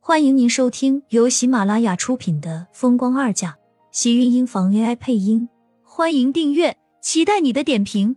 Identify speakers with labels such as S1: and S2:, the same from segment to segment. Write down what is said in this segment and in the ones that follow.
S1: 欢迎您收听由喜马拉雅出品的《风光二嫁》，喜运音房 AI 配音。欢迎订阅，期待你的点评。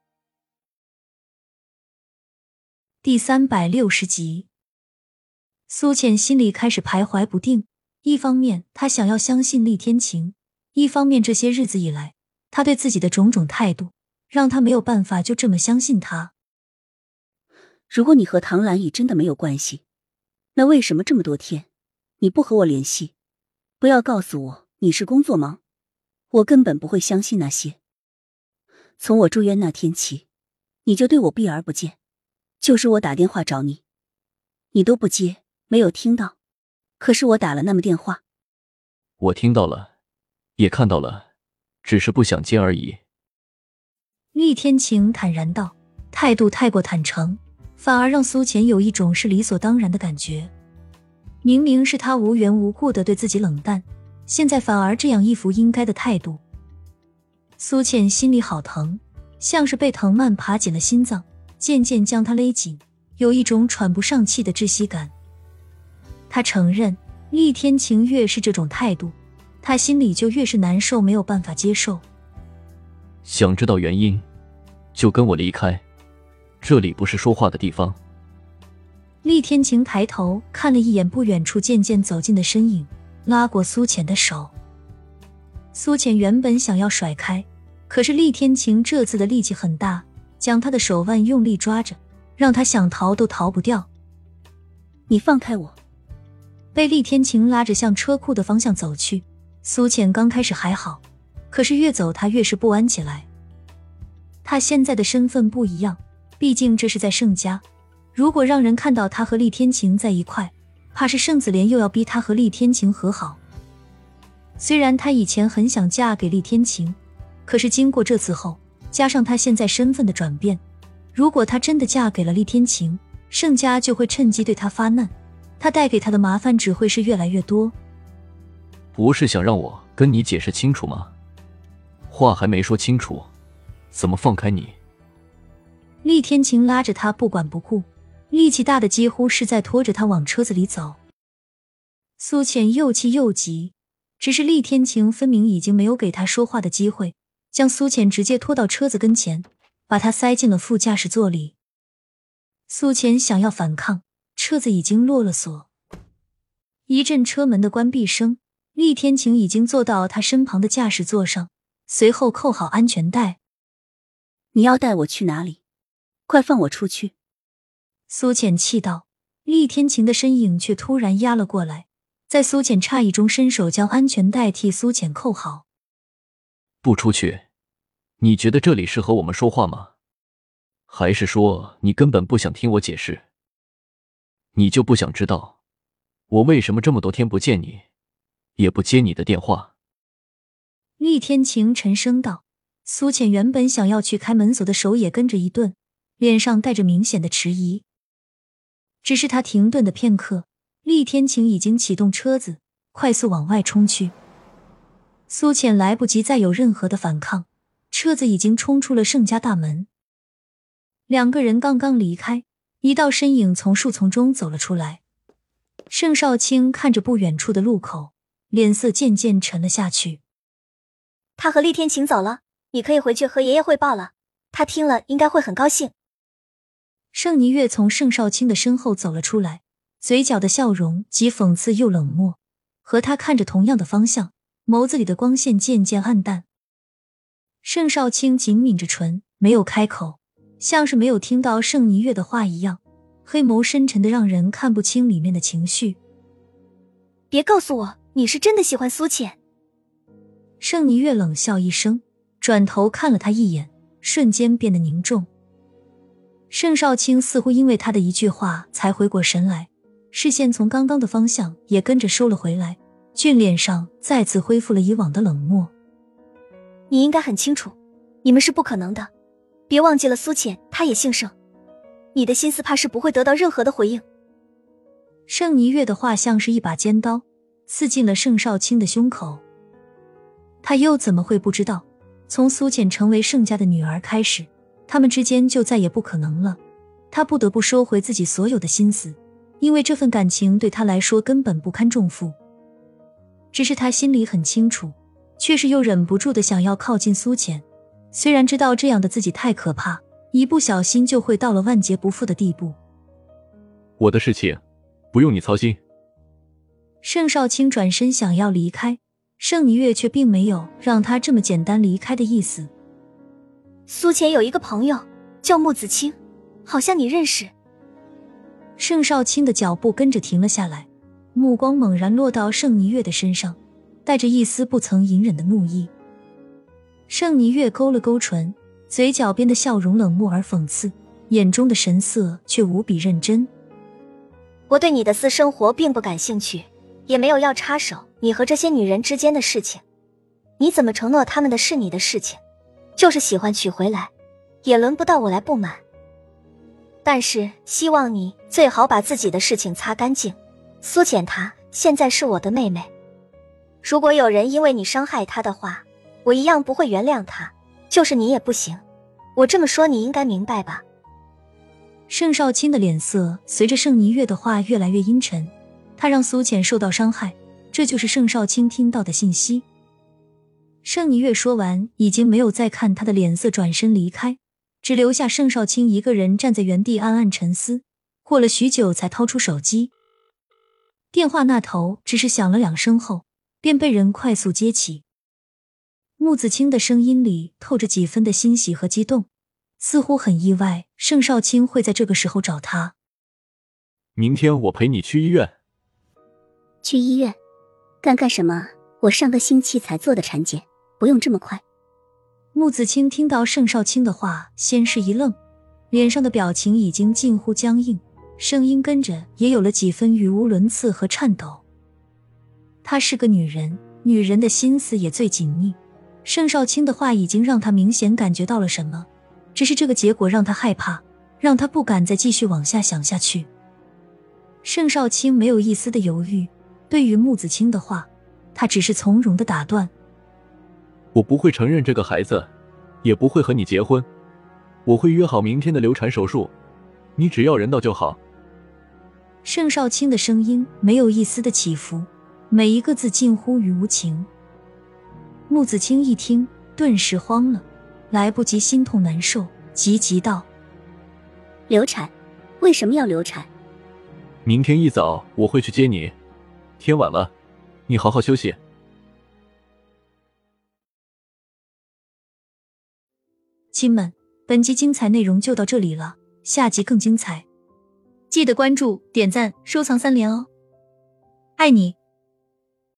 S1: 第360集，苏浅心里开始徘徊不定，一方面她想要相信厉天晴，一方面这些日子以来她对自己的种种态度让她没有办法就这么相信他。
S2: 如果你和唐兰雨真的没有关系，那为什么这么多天你不和我联系？不要告诉我你是工作忙，我根本不会相信那些。从我住院那天起，你就对我避而不见，就是我打电话找你，你都不接，没有听到。可是我打了那么电话，
S3: 我听到了，也看到了，只是不想接而已。
S1: 厉天晴坦然道，态度太过坦诚，反而让苏浅有一种是理所当然的感觉。明明是他无缘无故的对自己冷淡，现在反而这样一副应该的态度。苏浅心里好疼，像是被藤蔓爬紧了心脏，渐渐将他勒紧，有一种喘不上气的窒息感。他承认，厉天晴越是这种态度，他心里就越是难受，没有办法接受。
S3: 想知道原因，就跟我离开，这里不是说话的地方。
S1: 厉天晴抬头看了一眼不远处渐渐走近的身影，拉过苏浅的手。苏浅原本想要甩开，可是厉天晴这次的力气很大，将他的手腕用力抓着，让他想逃都逃不掉。
S2: 你放开我！
S1: 被厉天晴拉着向车库的方向走去，苏浅刚开始还好，可是越走他越是不安起来。他现在的身份不一样，毕竟这是在盛家，如果让人看到他和厉天晴在一块，怕是盛子莲又要逼他和厉天晴和好。虽然他以前很想嫁给厉天晴，可是经过这次后，加上他现在身份的转变，如果他真的嫁给了厉天晴，盛家就会趁机对他发难，他带给他的麻烦只会是越来越多。
S3: 不是想让我跟你解释清楚吗？话还没说清楚，怎么放开你？
S1: 厉天晴拉着他不管不顾，力气大的几乎是在拖着他往车子里走。苏浅又气又急，只是厉天晴分明已经没有给他说话的机会，将苏浅直接拖到车子跟前，把他塞进了副驾驶座里。苏浅想要反抗，车子已经落了锁。一阵车门的关闭声，厉天晴已经坐到他身旁的驾驶座上，随后扣好安全带。
S2: 你要带我去哪里？快放我出去！
S1: 苏浅气道，厉天晴的身影却突然压了过来，在苏浅诧异中伸手将安全带替苏浅扣好。
S3: 不出去？你觉得这里适合我们说话吗？还是说你根本不想听我解释？你就不想知道我为什么这么多天不见你，也不接你的电话？
S1: 厉天晴沉声道。苏浅原本想要去开门锁的手也跟着一顿，脸上带着明显的迟疑。只是他停顿的片刻，厉天晴已经启动车子，快速往外冲去。苏浅来不及再有任何的反抗，车子已经冲出了盛家大门。两个人刚刚离开，一道身影从树丛中走了出来。盛少卿看着不远处的路口，脸色渐渐沉了下去。
S4: 他和厉天晴走了，你可以回去和爷爷汇报了，他听了应该会很高兴。
S1: 盛霓月从盛少卿的身后走了出来，嘴角的笑容既讽刺又冷漠，和他看着同样的方向，眸子里的光线渐渐暗淡。盛少卿紧抿着唇，没有开口，像是没有听到盛霓月的话一样，黑眸深沉的让人看不清里面的情绪。
S4: 别告诉我你是真的喜欢苏浅。
S1: 盛霓月冷笑一声，转头看了他一眼，瞬间变得凝重。盛少卿似乎因为他的一句话才回过神来，视线从刚刚的方向也跟着收了回来，俊脸上再次恢复了以往的冷漠。
S4: 你应该很清楚，你们是不可能的，别忘记了苏浅她也姓盛，你的心思怕是不会得到任何的回应。
S1: 盛霓月的话像是一把尖刀，刺进了盛少卿的胸口。他又怎么会不知道，从苏浅成为盛家的女儿开始，他们之间就再也不可能了。他不得不收回自己所有的心思， 因为这份感情对他来说根本不堪重负。只是他心里很清楚，却是又忍不住的想要靠近苏浅，虽然知道这样的自己太可怕，一不小心就会到了万劫不复的地步。
S3: 我的事情不用你操心。
S1: 盛少卿转身想要离开，盛霓月却并没有让他这么简单离开的意思。
S4: 苏浅有一个朋友叫穆子清，好像你认识。
S1: 盛少卿的脚步跟着停了下来，目光猛然落到盛霓月的身上，带着一丝不曾隐忍的怒意。盛霓月勾了勾唇，嘴角边的笑容冷漠而讽刺，眼中的神色却无比认真。
S4: 我对你的私生活并不感兴趣，也没有要插手你和这些女人之间的事情。你怎么承诺他们的是你的事情，就是喜欢娶回来，也轮不到我来不满。但是希望你最好把自己的事情擦干净。苏浅她现在是我的妹妹，如果有人因为你伤害她的话，我一样不会原谅她，就是你也不行。我这么说你应该明白吧？
S1: 盛少卿的脸色随着盛霓月的话越来越阴沉，他让苏浅受到伤害，这就是盛少卿听到的信息。盛霓月说完，已经没有再看他的脸色，转身离开，只留下盛少卿一个人站在原地暗暗沉思。过了许久才掏出手机，电话那头只是响了2声后，便被人快速接起。穆子清的声音里透着几分的欣喜和激动，似乎很意外盛少卿会在这个时候找他。
S3: 明天我陪你去医院。
S2: 去医院？干什么？我上个星期才做的产检，不用这么快。
S1: 穆子清听到盛少卿的话，先是一愣，脸上的表情已经近乎僵硬，声音跟着也有了几分语无伦次和颤抖。她是个女人，女人的心思也最紧密。盛少卿的话已经让她明显感觉到了什么，只是这个结果让她害怕，让她不敢再继续往下想下去。盛少卿没有一丝的犹豫，对于穆子清的话，他只是从容地打断。
S3: 我不会承认这个孩子，也不会和你结婚。我会约好明天的流产手术，你只要人到就好。
S1: 盛少卿的声音没有一丝的起伏，每一个字近乎于无情。穆子清一听，顿时慌了，来不及心痛难受，急道：
S2: 流产？为什么要流产？
S3: 明天一早我会去接你，天晚了，你好好休息。
S1: 亲们，本集精彩内容就到这里了，下集更精彩，记得关注、点赞、收藏3连哦，爱你。